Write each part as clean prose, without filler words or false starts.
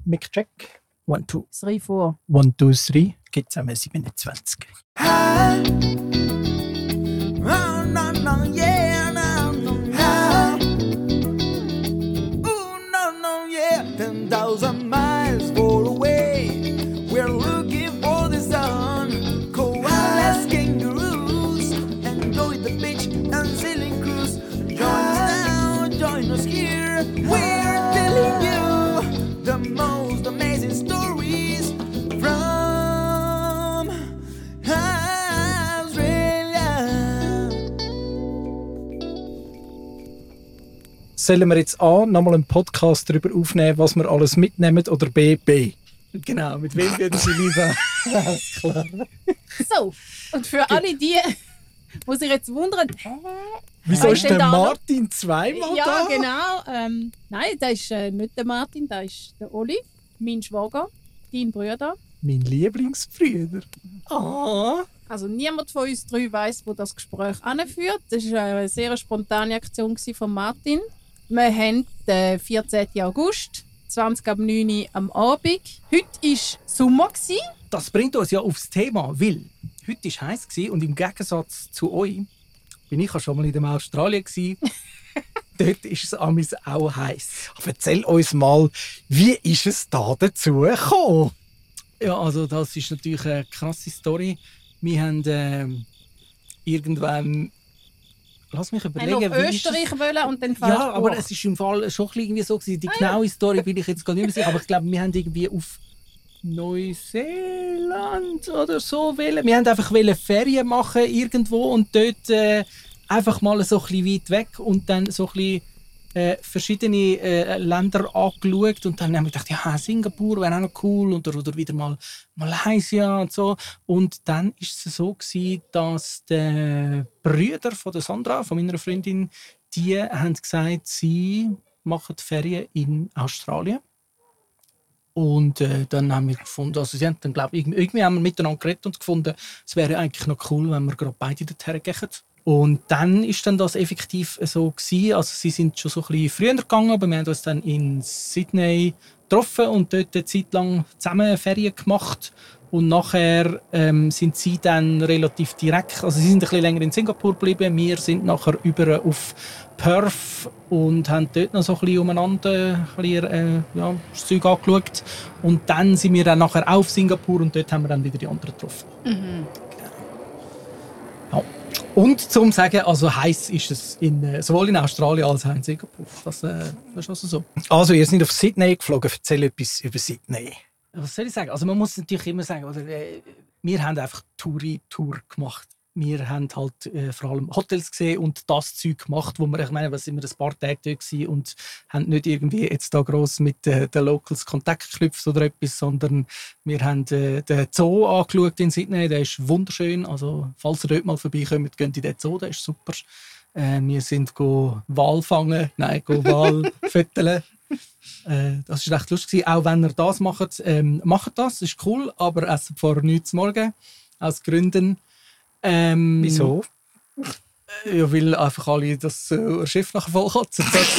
Mic check. 1, 2. 3 vor. 1, 2, 3. Gibt es einmal 27. Sollen wir jetzt A, nochmal einen Podcast darüber aufnehmen, was wir alles mitnehmen, oder B? Genau, mit wem würden Sie lieber? Alles klar. So, und für alle die sich jetzt wundern, wieso ist der Martin zweimal ja, da? Ja, genau. Nein, das ist nicht der Martin, das ist der Oli, mein Schwager, dein Bruder. Mein Lieblingsbrüder. Oh. Also niemand von uns drei weiss, wo das Gespräch anführt. Das war eine sehr spontane Aktion von Martin. Wir haben den 14. August, 20 ab 9 Uhr am Abend. Heute war Sommer. Das bringt uns ja aufs Thema, weil heute war heiß und im Gegensatz zu euch bin ich schon mal in Australien. Dort ist es amigs auch heiß. Erzähl uns mal, wie ist es da dazu gekommen? Ja, also das ist natürlich eine krasse Story. Wir haben irgendwann... Lass mich überlegen, auf Österreich wollen und dann ja, aber es ist im Fall schon irgendwie so gewesen. Die genaue Story bin ich jetzt gar nicht mehr sicher, aber ich glaube, wir haben irgendwie auf Neuseeland oder so wollen. Wir haben einfach Ferien machen irgendwo und dort einfach mal so ein bisschen weit weg und dann so ein bisschen verschiedene Länder angeschaut und dann haben wir gedacht, ja, Singapur wäre auch noch cool oder wieder mal Malaysia und so. Und dann war es so gewesen, dass die Brüder von der Sandra, von meiner Freundin, die haben gesagt, sie machen Ferien in Australien. Und dann haben wir gefunden, also sie haben dann, glaube ich, irgendwie haben wir miteinander geredet und gefunden, es wäre eigentlich noch cool, wenn wir gerade beide dorthin gehen. Und dann ist dann das effektiv so gewesen. Also sie sind schon so ein bisschen früher gegangen, aber wir haben uns dann in Sydney getroffen und dort eine Zeit lang zusammen Ferien gemacht. Und nachher sind sie dann relativ direkt, also sie sind ein bisschen länger in Singapur geblieben. Wir sind nachher über auf Perth und haben dort noch so ein bisschen umeinander das Zeug angeschaut. Und dann sind wir dann nachher auf Singapur und dort haben wir dann wieder die anderen getroffen. Mhm. Ja. Und zum sagen, also heiß ist es sowohl in Australien als auch in Singapur. Das ist also so. Also ihr seid auf Sydney geflogen. Erzähl etwas über Sydney. Was soll ich sagen? Also man muss natürlich immer sagen, oder, wir haben einfach Tour gemacht. Wir haben halt vor allem Hotels gesehen und das Zeug gemacht, wo wir, ich meine, was sind wir ein paar Tage dort gewesen und haben nicht irgendwie jetzt da gross mit den Locals Kontakt geknüpft oder etwas, sondern wir haben den Zoo angeschaut in Sydney, der ist wunderschön. Also falls ihr dort mal vorbeikommt, geht in den Zoo, der ist super. Wir sind Wal fangen, Wal fütteln. Das war recht lustig. Auch wenn ihr das macht, macht das ist cool, aber essen vor 9 Uhr morgens aus Gründen. Wieso? Ja, weil einfach alle das Schiff nachher vollkotzen.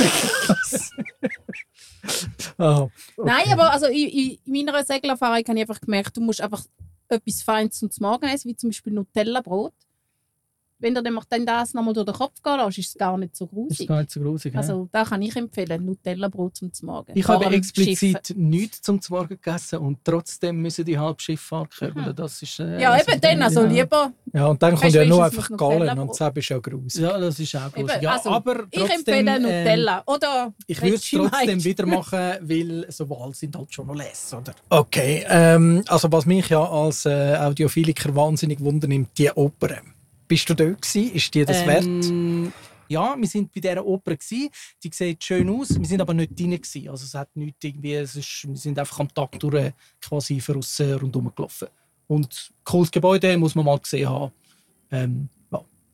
Okay. Nein, aber also in meiner Segelerfahrung habe ich einfach gemerkt, du musst einfach etwas Feines zum Morgen essen, wie zum Beispiel Nutella-Brot. Wenn dir dann das nochmal durch den Kopf gehen lässt, ist es gar nicht so grusig. Ist gar nicht so grusig, ja. Also da kann ich empfehlen, Nutella-Brot zum Morgen. Ich habe explizit nichts zum Morgen gegessen und trotzdem müssen die Halbschifffahrt kommen. Das ist, ja, eben dann, also lieber... Ja, und dann kommt ja nur einfach Gallen und das ist ja grusig. Ja, das ist auch grusig. Ja, also, aber trotzdem, ich empfehle Nutella. Oder ich würde es trotzdem wieder machen, weil so Wale sind halt schon noch less, oder? Okay, also was mich ja als Audiophiliker wahnsinnig wundernimmt, die Oper. Bist du dort gewesen? Ist dir das wert? Ja, wir waren bei dieser Oper. Die sieht schön aus, wir sind aber nicht drin. Also es hat nichts irgendwie, wir sind einfach am Tag durch quasi von aussen rundherum gelaufen. Und cooles Gebäude muss man mal gesehen haben. Ja.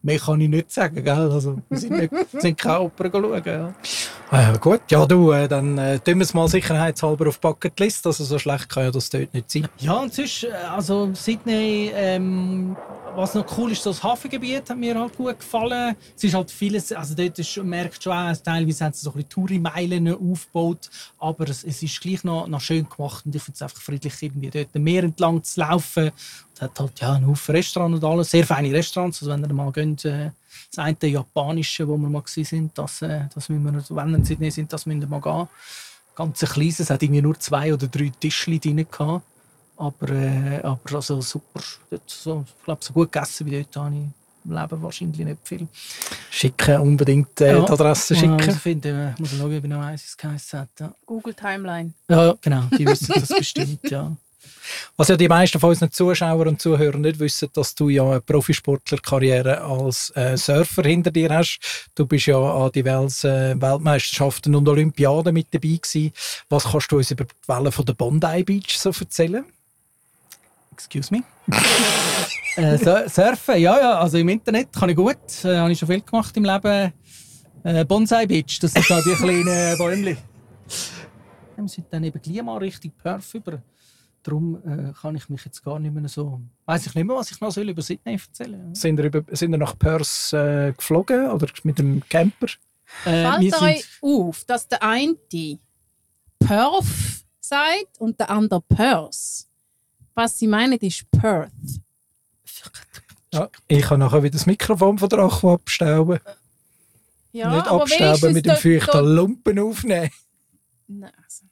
Mehr kann ich nicht sagen, gell? Also, wir sind keine Oper schauen. Ja. Gut, ja du, dann tun wir es mal sicherheitshalber auf die Bucketlist. Also so schlecht kann ja das dort nicht sein. Ja, und sonst, also Sydney, was noch cool ist, das Hafengebiet hat mir halt gut gefallen. Es ist halt vieles, also dort merkt schon auch, teilweise haben sie so ein bisschen Touri-Meilen aufgebaut, aber es ist gleich noch schön gemacht und ich finde es einfach friedlich, irgendwie dort am Meer entlang zu laufen. Es hat halt einen Haufen Restaurants und alles, sehr feine Restaurants, also wenn ihr mal geht, das eine japanische, wo wir mal waren, das müssen wir, wenn wir in Sydney sind, das müssen wir mal gehen. Ganz kleines, es hat irgendwie nur 2 oder 3 Tischchen drin gehabt. Aber also super. So, ich glaube, so gut gegessen wie dort habe ich im Leben wahrscheinlich nicht viel. Schicken, unbedingt die Adresse schicken. Ja, ich muss schauen, ob ich noch weiss, wie es geheißen hat. Ja. Google Timeline. Ja, genau, die wissen das bestimmt, ja. Was ja die meisten von unseren Zuschauern und Zuhörern nicht wissen, dass du ja eine Profisportlerkarriere als Surfer hinter dir hast. Du bist ja an diversen Weltmeisterschaften und Olympiaden mit dabei gewesen. Was kannst du uns über die Wellen von der Bondi Beach so erzählen? Excuse me? Surfen, ja, also im Internet kann ich gut. Habe ich schon viel gemacht im Leben. Bonsai Beach, das sind da die kleinen Bäumchen. Wir sind dann eben gleich mal Richtung Perth über. Darum kann ich mich jetzt gar nicht mehr so... Weiss ich nicht mehr, was ich noch über Sydney erzählen soll. Sind ihr nach Perth geflogen oder mit dem Camper? Fällt euch auf, dass der eine Perth sagt und der andere Perth. Was sie meinen, ist Perth. Ja, ich kann nachher wieder das Mikrofon von der Aqua abstauben. Ja, nicht aber abstauben, mit dem feuchten Lumpen aufnehmen. Nein.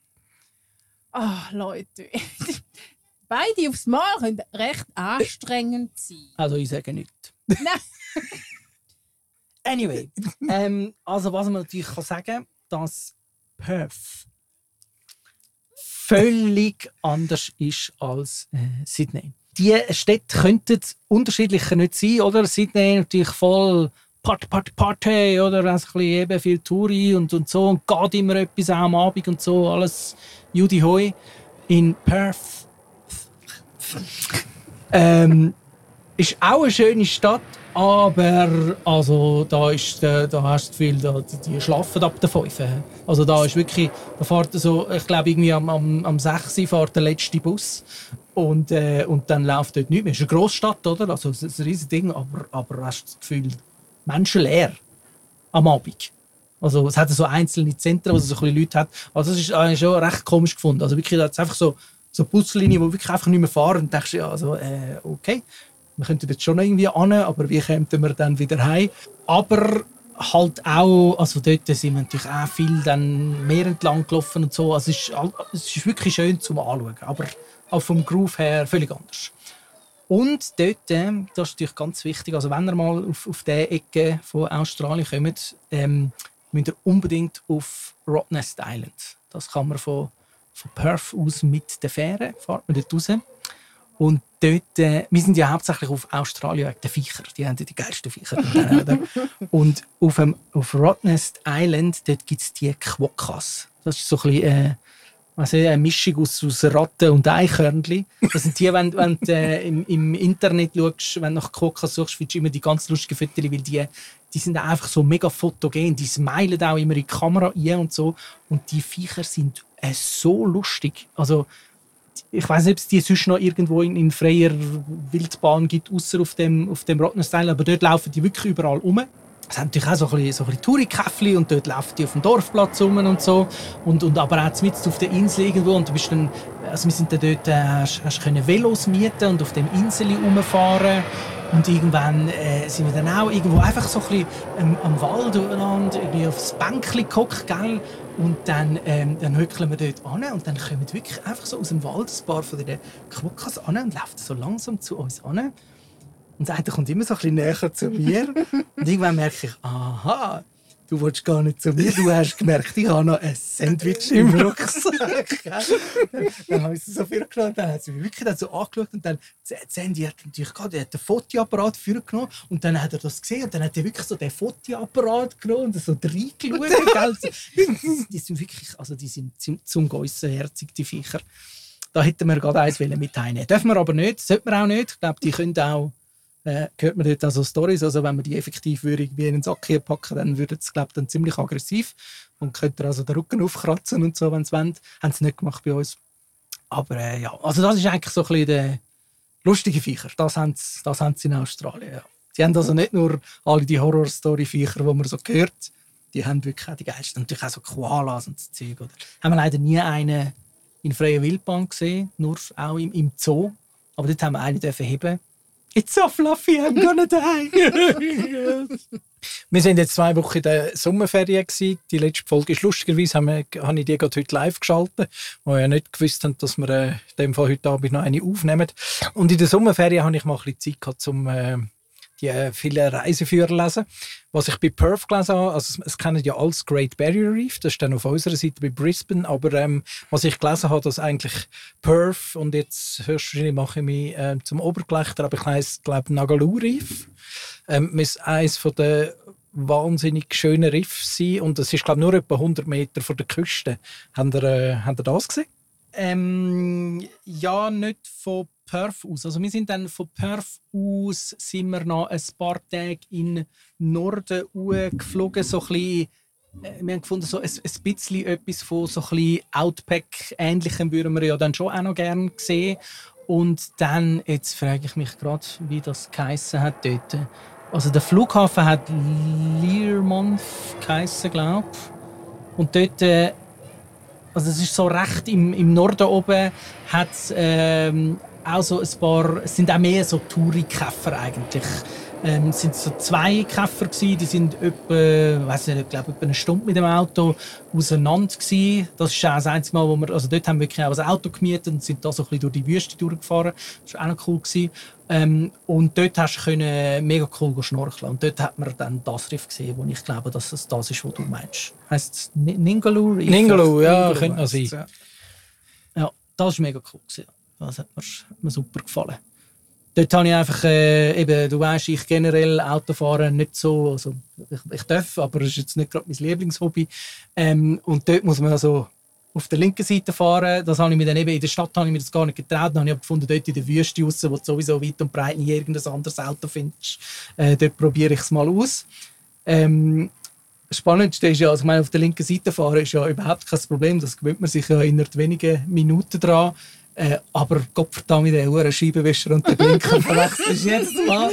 Leute. Beide aufs Mal können recht anstrengend sein. Also ich sage nichts. Nein. Anyway, also was man natürlich sagen kann, dass Perth völlig anders ist als Sydney. Die Städte könnten unterschiedlicher nicht sein, oder? Sydney natürlich voll Party, oder? Also ein bisschen eben viel Touri und so und geht immer etwas auch am Abend und so, alles Judy Hoi. In Perth ist auch eine schöne Stadt, aber also, da hast du das Gefühl, die schlafen ab der 5. Also da ist wirklich, da fährt so, ich glaube irgendwie am 6 fährt der letzte Bus und dann läuft dort nichts mehr. Es ist eine Grossstadt, oder? Also es ist ein riesiges Ding, aber hast du das Gefühl, menschenleer am Abend. Also es hat so einzelne Zentren, wo es so ein bisschen Leute hat. Also das ist eigentlich schon recht komisch gefunden. Also wirklich, da hat es einfach so Buslinien, die wirklich einfach nicht mehr fahren und denkst, ja, also, okay. Wir könnten jetzt schon irgendwie hin, aber wie kämen wir dann wieder heim? Aber halt auch, also dort sind wir natürlich auch viel dann Meer entlang gelaufen und so. Also es ist wirklich schön zum Anschauen, aber auch vom Groove her völlig anders. Und dort, das ist natürlich ganz wichtig, also wenn ihr mal auf diese Ecke von Australien kommt, müsst ihr unbedingt auf Rottnest Island. Das kann man von Perth aus mit der Fähre, fährt man dort raus. Und dort, wir sind ja hauptsächlich auf Australien wegen der Viecher. Die haben die geilsten Viecher. Und auf Rottnest Island gibt es die Quokkas. Das ist so ein bisschen eine Mischung aus Ratten und Eichhörnchen. Das sind die, wenn du im Internet schaust, wenn du nach Quokkas suchst, findest du immer die ganz lustigen Fotos, weil die sind einfach so mega fotogen. Die smilen auch immer in die Kamera rein und so. Und die Viecher sind so lustig. Also, ich weiss nicht, ob es die sonst noch irgendwo in freier Wildbahn gibt, außer auf dem Rottnest Island, aber dort laufen die wirklich überall rum. Es haben natürlich auch so ein bisschen Touri-Käffli und dort laufen die auf dem Dorfplatz rum und so. Und aber auch mitten auf der Insel irgendwo. Und du bist dann, also wir sind dann dort, hast Velos mieten und auf dem Insel rumfahren. Und irgendwann sind wir dann auch irgendwo einfach so ein bisschen am Wald und irgendwie aufs Bänkchen gehockt, gell? Und dann hückeln wir dort an und dann kommen wirklich einfach so aus dem Wald ein paar von den Quokkas an und laufen so langsam zu uns an. Und der eine kommt immer so ein bisschen näher zu mir. Und irgendwann merke ich, aha, du willst gar nicht zu mir. Du hast gemerkt, ich habe noch ein Sandwich im Rucksack. Dann habe ich es so vorgenommen. Dann hat sie mich wirklich so angeschaut. Und dann Sandy hat natürlich gerade den Fotoapparat vorgenommen. Und dann hat er das gesehen. Und dann hat er wirklich so den Fotoapparat genommen und so reingeschaut. Die sind wirklich, also die sind zum Geussenherzig, die Viecher. Da hätten wir gerade eins mit heimnehmen. Dürfen wir aber nicht, sollte man auch nicht. Ich glaube, die können auch hört man dort auch so Storys. Also wenn man die effektiv würde wie in einen Sack packen, dann würde es, glaube ich, dann ziemlich aggressiv und könnte also den Rücken aufkratzen und so, wenn sie wollen. Haben sie nicht gemacht bei uns. Aber ja, also das ist eigentlich so ein bisschen der lustige Viecher. Das haben sie in Australien. Ja. Sie haben also nicht nur alle die Horror-Story-Viecher, die man so hört, die haben wirklich auch die geilsten. Natürlich auch so Koalas und so Zeug. Oder? Haben wir leider nie einen in freier Wildbahn gesehen, nur auch im Zoo. Aber dort haben wir einen heben. It's so fluffy, I'm gonna die. Wir sind jetzt 2 Wochen in der Sommerferien gewesen. Die letzte Folge ist lustigerweise, habe ich die gerade heute live geschaltet, wo wir ja nicht gewusst haben, dass wir in dem Fall heute Abend noch eine aufnehmen. Und in der Sommerferien habe ich mal ein bisschen Zeit gehabt, um die vielen Reiseführer zu lesen. Was ich bei Perth gelesen habe, also es kennen ja alles Great Barrier Reef, das ist dann auf unserer Seite bei Brisbane, aber was ich gelesen habe, dass eigentlich Perth, und jetzt höchstwahrscheinlich mache ich mich zum Obergelächter, aber ich glaube Nagaloo Reef, ist eines der wahnsinnig schönen Riffs sein und das ist glaube nur etwa 100 Meter von der Küste. Habt ihr das gesehen? Ja, nicht von Perth aus. Also wir sind dann von Perth aus sind wir noch ein paar Tage in Norden geflogen, so ein bisschen, wir haben gefunden, so ein bisschen etwas von so ein bisschen Outback-ähnlichem würden wir ja dann schon auch noch gerne sehen. Und dann, jetzt frage ich mich gerade, wie das geheissen hat dort. Also der Flughafen hat Learmonth geheissen, glaube ich. Und dort, also es ist so recht im Norden oben, hat auch so ein paar, es sind auch mehr so Touri-Käfer eigentlich. Es sind so 2 Käfer gewesen, die sind etwa, weiss nicht, ich glaube etwa eine Stunde mit dem Auto auseinander gewesen. Das ist auch das einzige Mal, wo wir, also dort haben wir wirklich auch ein Auto gemietet und sind da so ein bisschen durch die Wüste durchgefahren. Das war auch noch cool gewesen. Und dort hast du mega cool schnorcheln. Und dort hat man dann das Riff gesehen, wo ich glaube, dass es das ist, was du meinst. Heisst es Ningaloo Reef? Ningaloo, ja, könnte noch sein. Ja, das war mega cool gewesen. Das hat mir super gefallen. Dort habe ich einfach, eben, du weisst, ich generell Autofahren nicht so, also ich darf, aber es ist jetzt nicht gerade mein Lieblingshobby. Und dort muss man also auf der linken Seite fahren. Das habe ich mir dann eben in der Stadt habe ich mir das gar nicht getraut. Dann habe ich aber gefunden, dort in der Wüste raus, wo du sowieso weit und breit nie irgendein anderes Auto findest. Dort probiere ich es mal aus. Das Spannendste ist ja, also ich meine, auf der linken Seite fahren ist ja überhaupt kein Problem. Das gewöhnt man sich ja innerhalb wenigen Minuten dran. Aber Gottverdammt, mit der Scheibenwischer und der Blinker verwechselst jetzt mal.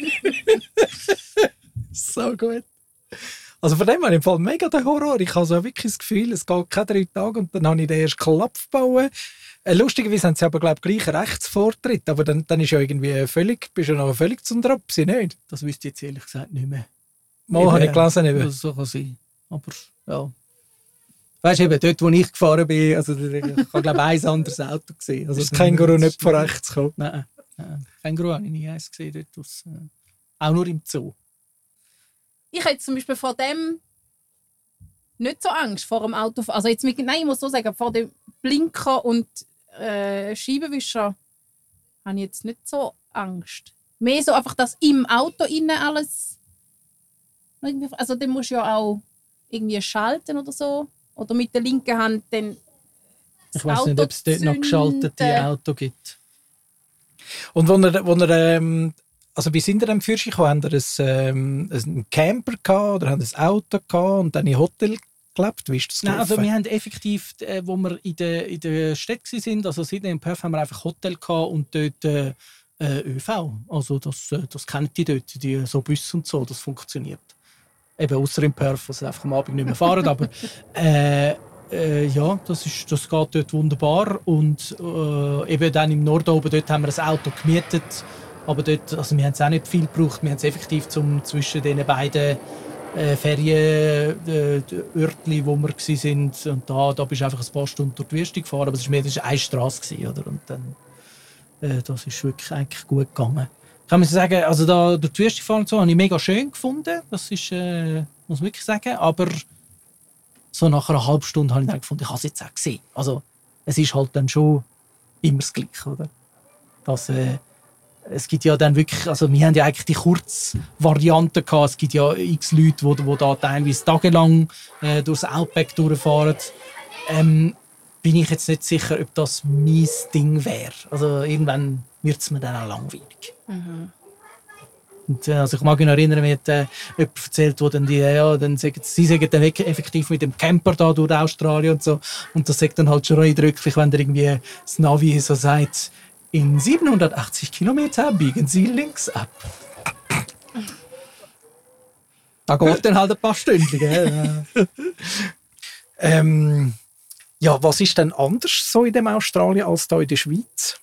So gut. Also von dem habe ich im Fall mega den Horror. Ich habe so wirklich das Gefühl, es geht keine 3 Tage und dann habe ich den ersten Klapp bauen. Lustigerweise haben sie aber glaube ich, gleich einen Rechtsvortritt, aber dann ist ja irgendwie völlig, bist du noch völlig zum Dropsi, nicht? Das wüsste ich jetzt ehrlich gesagt nicht mehr. Mal habe ich gelesen. Eben. So kann sein. Aber ja. Weißt du, eben, dort, wo ich gefahren bin, also, ich habe, glaube ich, ein anderes Auto gesehen. Also, ist das Känguru nicht von rechts gekommen? Nein. Känguru habe ich nie eins gesehen. Dort aus, auch nur im Zoo. Ich hätte zum Beispiel vor dem nicht so Angst, vor dem Auto. Also jetzt mit, nein, ich muss so sagen, vor dem Blinker und Scheibenwischer habe ich jetzt nicht so Angst. Mehr so einfach, dass im Auto innen alles... Also dann musst du ja auch irgendwie schalten oder so. Oder mit der linken Hand dann ich weiß nicht, ob es dort noch geschaltete Auto gibt. Und also wie sind ihr am Führerschein gekommen? Haben ihr einen Camper gehabt oder haben ein Auto gehabt und dann in Hotel gelebt? Wie ist das gelaufen? Nein, also wir haben effektiv, wo wir in der Stadt waren, also Sydney und Perth, haben wir einfach Hotel gehabt und dort ÖV. Also das kennen die dort, die so Busse und so, das funktioniert. Eben ausser in Perth, wo sie einfach am Abend nicht mehr fahren. Aber ja, das geht dort wunderbar. Und eben dann im Norden oben, dort haben wir ein Auto gemietet. Aber dort, also wir haben es auch nicht viel gebraucht. Wir haben es effektiv zwischen den beiden Ferienörtchen, wo wir waren. Und da bist du einfach ein paar Stunden durch die Wüste gefahren. Aber es war eine Straße. Oder? Und dann, das ist wirklich eigentlich gut gegangen. Kann man sagen, also da durch die Wüste fahren und so, habe ich mega schön gefunden. Das ist, muss ich wirklich sagen. Aber so nach einer halben Stunde habe ich dann gefunden, ich habe es jetzt auch gesehen. Also es ist halt dann schon immer das Gleiche, oder? Das, es gibt ja dann wirklich, also wir haben ja eigentlich die Kurzvariante gehabt. Es gibt ja x Leute, die da teilweise tagelang durchs Outback durchfahren. Bin ich jetzt nicht sicher, ob das mein Ding wäre. Also irgendwann wird es mir dann auch langweilig. Mhm. Und, also ich mag mich noch erinnern, mir hat jemand erzählt, wo dann sie sagen dann effektiv mit dem Camper da durch Australien und so. Und das sagt dann halt schon eindrücklich, wenn der irgendwie das Navi so sagt, in 780 Kilometer biegen Sie links ab. Da geht dann halt ein paar Stunden, gell? Ja, was ist denn anders so in dem Australien als da in der Schweiz?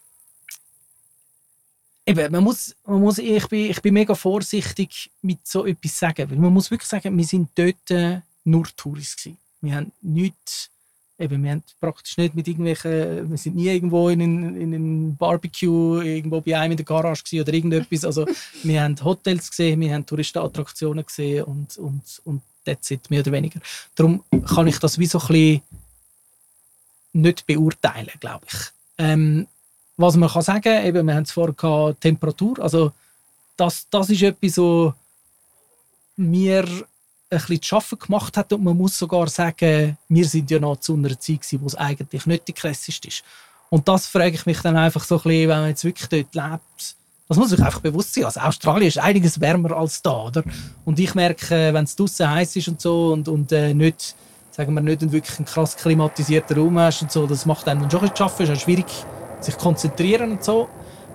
Eben, ich bin mega vorsichtig mit so etwas sagen, weil man muss wirklich sagen, wir sind dort nur Touris gewesen. Wir haben praktisch nicht mit irgendwelchen, wir sind nie irgendwo in einem Barbecue, irgendwo bei einem in der Garage gewesen oder irgendetwas. Also wir haben Hotels gesehen, wir haben Touristenattraktionen gesehen und that's it, mehr oder weniger. Darum kann ich das wie so ein bisschen nicht beurteilen, glaube ich. Was man kann sagen, eben, wir haben es vorher gehabt, Temperatur, also das ist etwas, was mir ein bisschen zu schaffen gemacht hat, und man muss sogar sagen, wir sind ja noch zu einer Zeit gewesen, wo es eigentlich nicht die krasseste ist. Und das frage ich mich dann einfach so ein bisschen, wenn man jetzt wirklich dort lebt, das muss sich einfach bewusst sein. Also Australien ist einiges wärmer als da, oder? Und ich merke, wenn es draussen heiß ist und so und nicht, sagen wir, nicht wirklich einen krass klimatisierten Raum hast und so, das macht einem dann schon ein bisschen zu schaffen, ist auch schwierig, sich konzentrieren und so.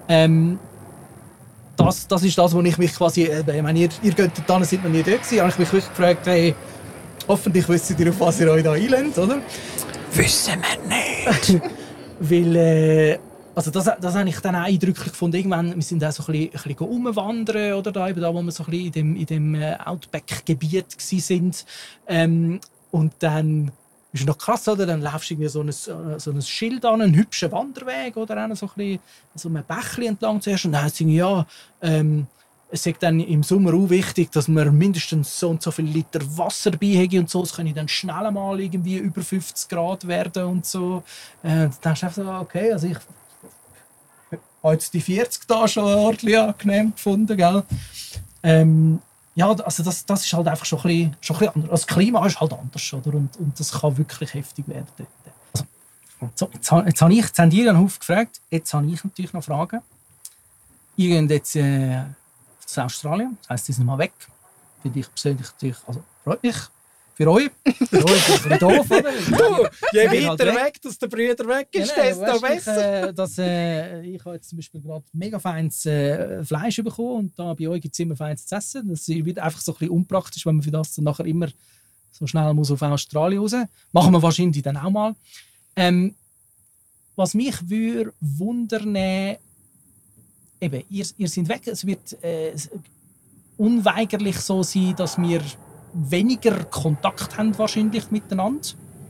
Das ist das, wo ich mich quasi, ich meine, ihr geht da, seid noch nie dort gewesen, habe ich mich wirklich gefragt, hey, hoffentlich wisst ihr, auf was ihr euch da einlädt, oder? Wissen wir nicht. Weil, also das habe ich dann auch eindrücklich gefunden. Irgendwann, wir sind auch so ein bisschen rumwandern, oder da, eben da, wo wir so ein bisschen in dem Outback-Gebiet waren. Und dann ist noch krass, oder? Dann laufst du irgendwie so ein Schild an, einen hübschen Wanderweg, oder auch so ein bisschen so ein Bächli entlang zuerst. Und dann heisst es, es ist dann im Sommer auch wichtig, dass man mindestens so und so viele Liter Wasser dabei hat und so. Es können dann schnell mal irgendwie über 50 Grad werden und so. Dann hast du einfach so, okay, also ich habe jetzt die 40 da schon ordentlich angenehm gefunden, gell? Ja, also das ist halt einfach schon ein bisschen anders. Das Klima ist halt anders, oder? Und das kann wirklich heftig werden. Also, jetzt haben die einen Haufen gefragt. Jetzt habe ich natürlich noch Fragen. Ihr geht jetzt zu Australien, das heisst, sie sind mal weg. Finde ich persönlich natürlich, also freut mich. Für euch. Für euch ist es ein bisschen doof, oder? Je weiter weg, dass der Bruder weg ist, desto besser. Ich habe jetzt zum Beispiel gerade mega feines Fleisch bekommen und da bei euch gibt es immer feines zu essen. Das wird einfach so ein bisschen unpraktisch, wenn man für das dann nachher immer so schnell muss auf Australien raus. Machen wir wahrscheinlich dann auch mal. Was mich würde wundern, eben, ihr seid weg. Es wird unweigerlich so sein, dass wir weniger Kontakt haben wahrscheinlich miteinander.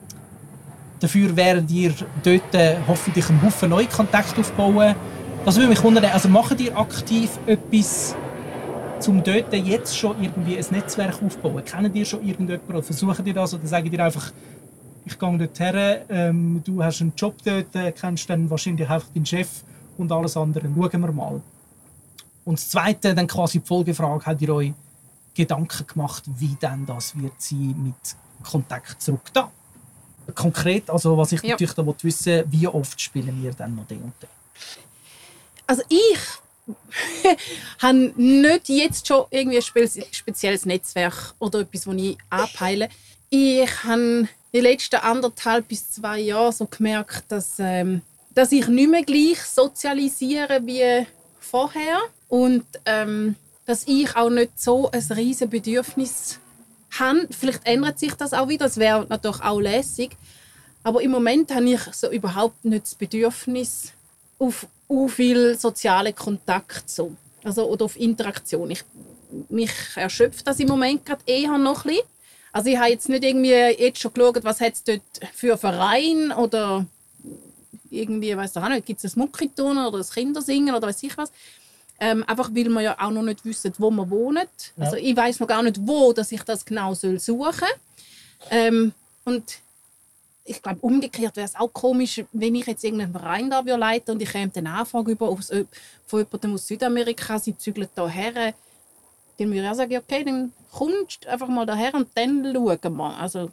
Dafür werdet ihr dort hoffentlich einen Haufen neue Kontakte aufbauen. Das würde mich wundern, also macht ihr aktiv etwas, um dort jetzt schon irgendwie ein Netzwerk aufzubauen? Kennt ihr schon irgendjemanden oder versucht ihr das? Oder sagt ihr einfach, ich gehe dort her, du hast einen Job dort, kennst dann wahrscheinlich einfach deinen Chef und alles andere, schauen wir mal. Und das Zweite, dann quasi die Folgefrage, habt ihr euch Gedanken gemacht, wie denn das wird sein mit Kontakt zurück da? Konkret, also was ich natürlich da wissen will, wie oft spielen wir dann noch den und den? Also ich habe nicht jetzt schon irgendwie ein spezielles Netzwerk oder etwas, das ich anpeile. Ich habe die letzten 1,5 bis 2 Jahre so gemerkt, dass ich nicht mehr gleich sozialisiere wie vorher und dass ich auch nicht so ein riesiges Bedürfnis habe. Vielleicht ändert sich das auch wieder, das wäre natürlich auch lässig. Aber im Moment habe ich so überhaupt nicht das Bedürfnis auf viel sozialen Kontakt. So. Also, oder auf Interaktion. Mich erschöpft das im Moment gerade eher noch ein bisschen. Also ich habe jetzt nicht irgendwie jetzt schon geschaut, was hat es dort für einen Verein oder irgendwie, weiss ich auch nicht, gibt es ein Muckiturnen oder ein Kindersingen oder weiß ich was. Einfach weil wir ja auch noch nicht wissen, wo wir wohnen. Ja. Also ich weiss noch gar nicht, wo dass ich das genau suchen soll. Und ich glaube, umgekehrt wäre es auch komisch, wenn ich jetzt irgendeinen Verein da leite und ich käme eine Anfrage von jemandem aus Südamerika, sie zügeln hierher. Dann würde ich auch sagen, okay, dann kommst du einfach mal daher und dann schauen wir. Also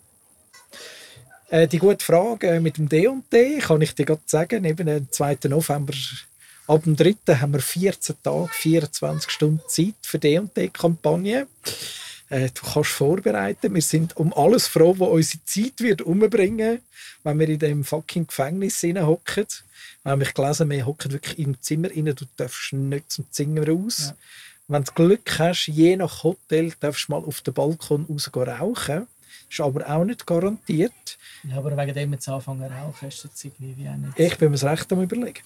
die gute Frage mit dem D&D kann ich dir gerade sagen. Eben am 2. November Ab dem 3. haben wir 14 Tage, 24 Stunden Zeit für D&D-Kampagne. Du kannst vorbereiten. Wir sind um alles froh, was unsere Zeit wird umbringen, wenn wir in dem fucking Gefängnis hocken. Wir haben gelesen, wir hocken wirklich im Zimmer rein, du darfst nicht zum Zimmer raus. Ja. Wenn du Glück hast, je nach Hotel, darfst du mal auf den Balkon raus rauchen. Ist aber auch nicht garantiert. Ja, aber wegen dem jetzt anfangen zu rauchen, ist das irgendwie auch nicht. Ich bin mir das recht am Überlegen.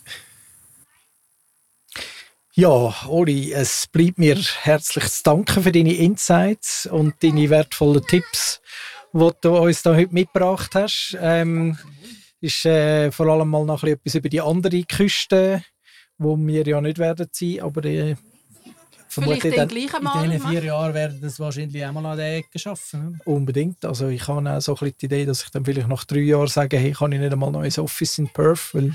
Ja, Oli, es bleibt mir herzlich zu danken für deine Insights und deine wertvollen Tipps, die du uns da heute mitgebracht hast. Ist vor allem mal noch etwas über die andere Küste, wo wir ja nicht werden sein, aber vielleicht den gleichen Mal. In diesen 4 Jahren werden das wahrscheinlich auch mal an der Ecke schaffen. Unbedingt. Also ich habe auch so ein bisschen die Idee, dass ich dann vielleicht nach 3 Jahren sage, hey, kann ich nicht einmal noch ein Office in Perth, weil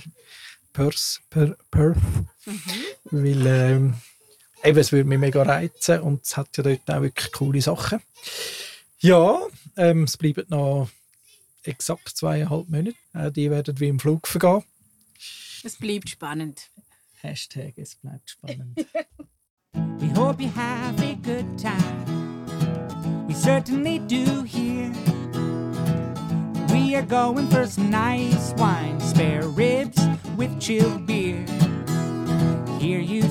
weil eben, es würde mich mega reizen und es hat ja dort auch wirklich coole Sachen. Ja, es bleiben noch exakt 2,5 Monate. Die werden wie im Flug vergehen. Es bleibt spannend. Hashtag, es bleibt spannend. We hope you have a good time. We certainly do here. We are going for some nice wine, spare ribs with chilled beer. Hear you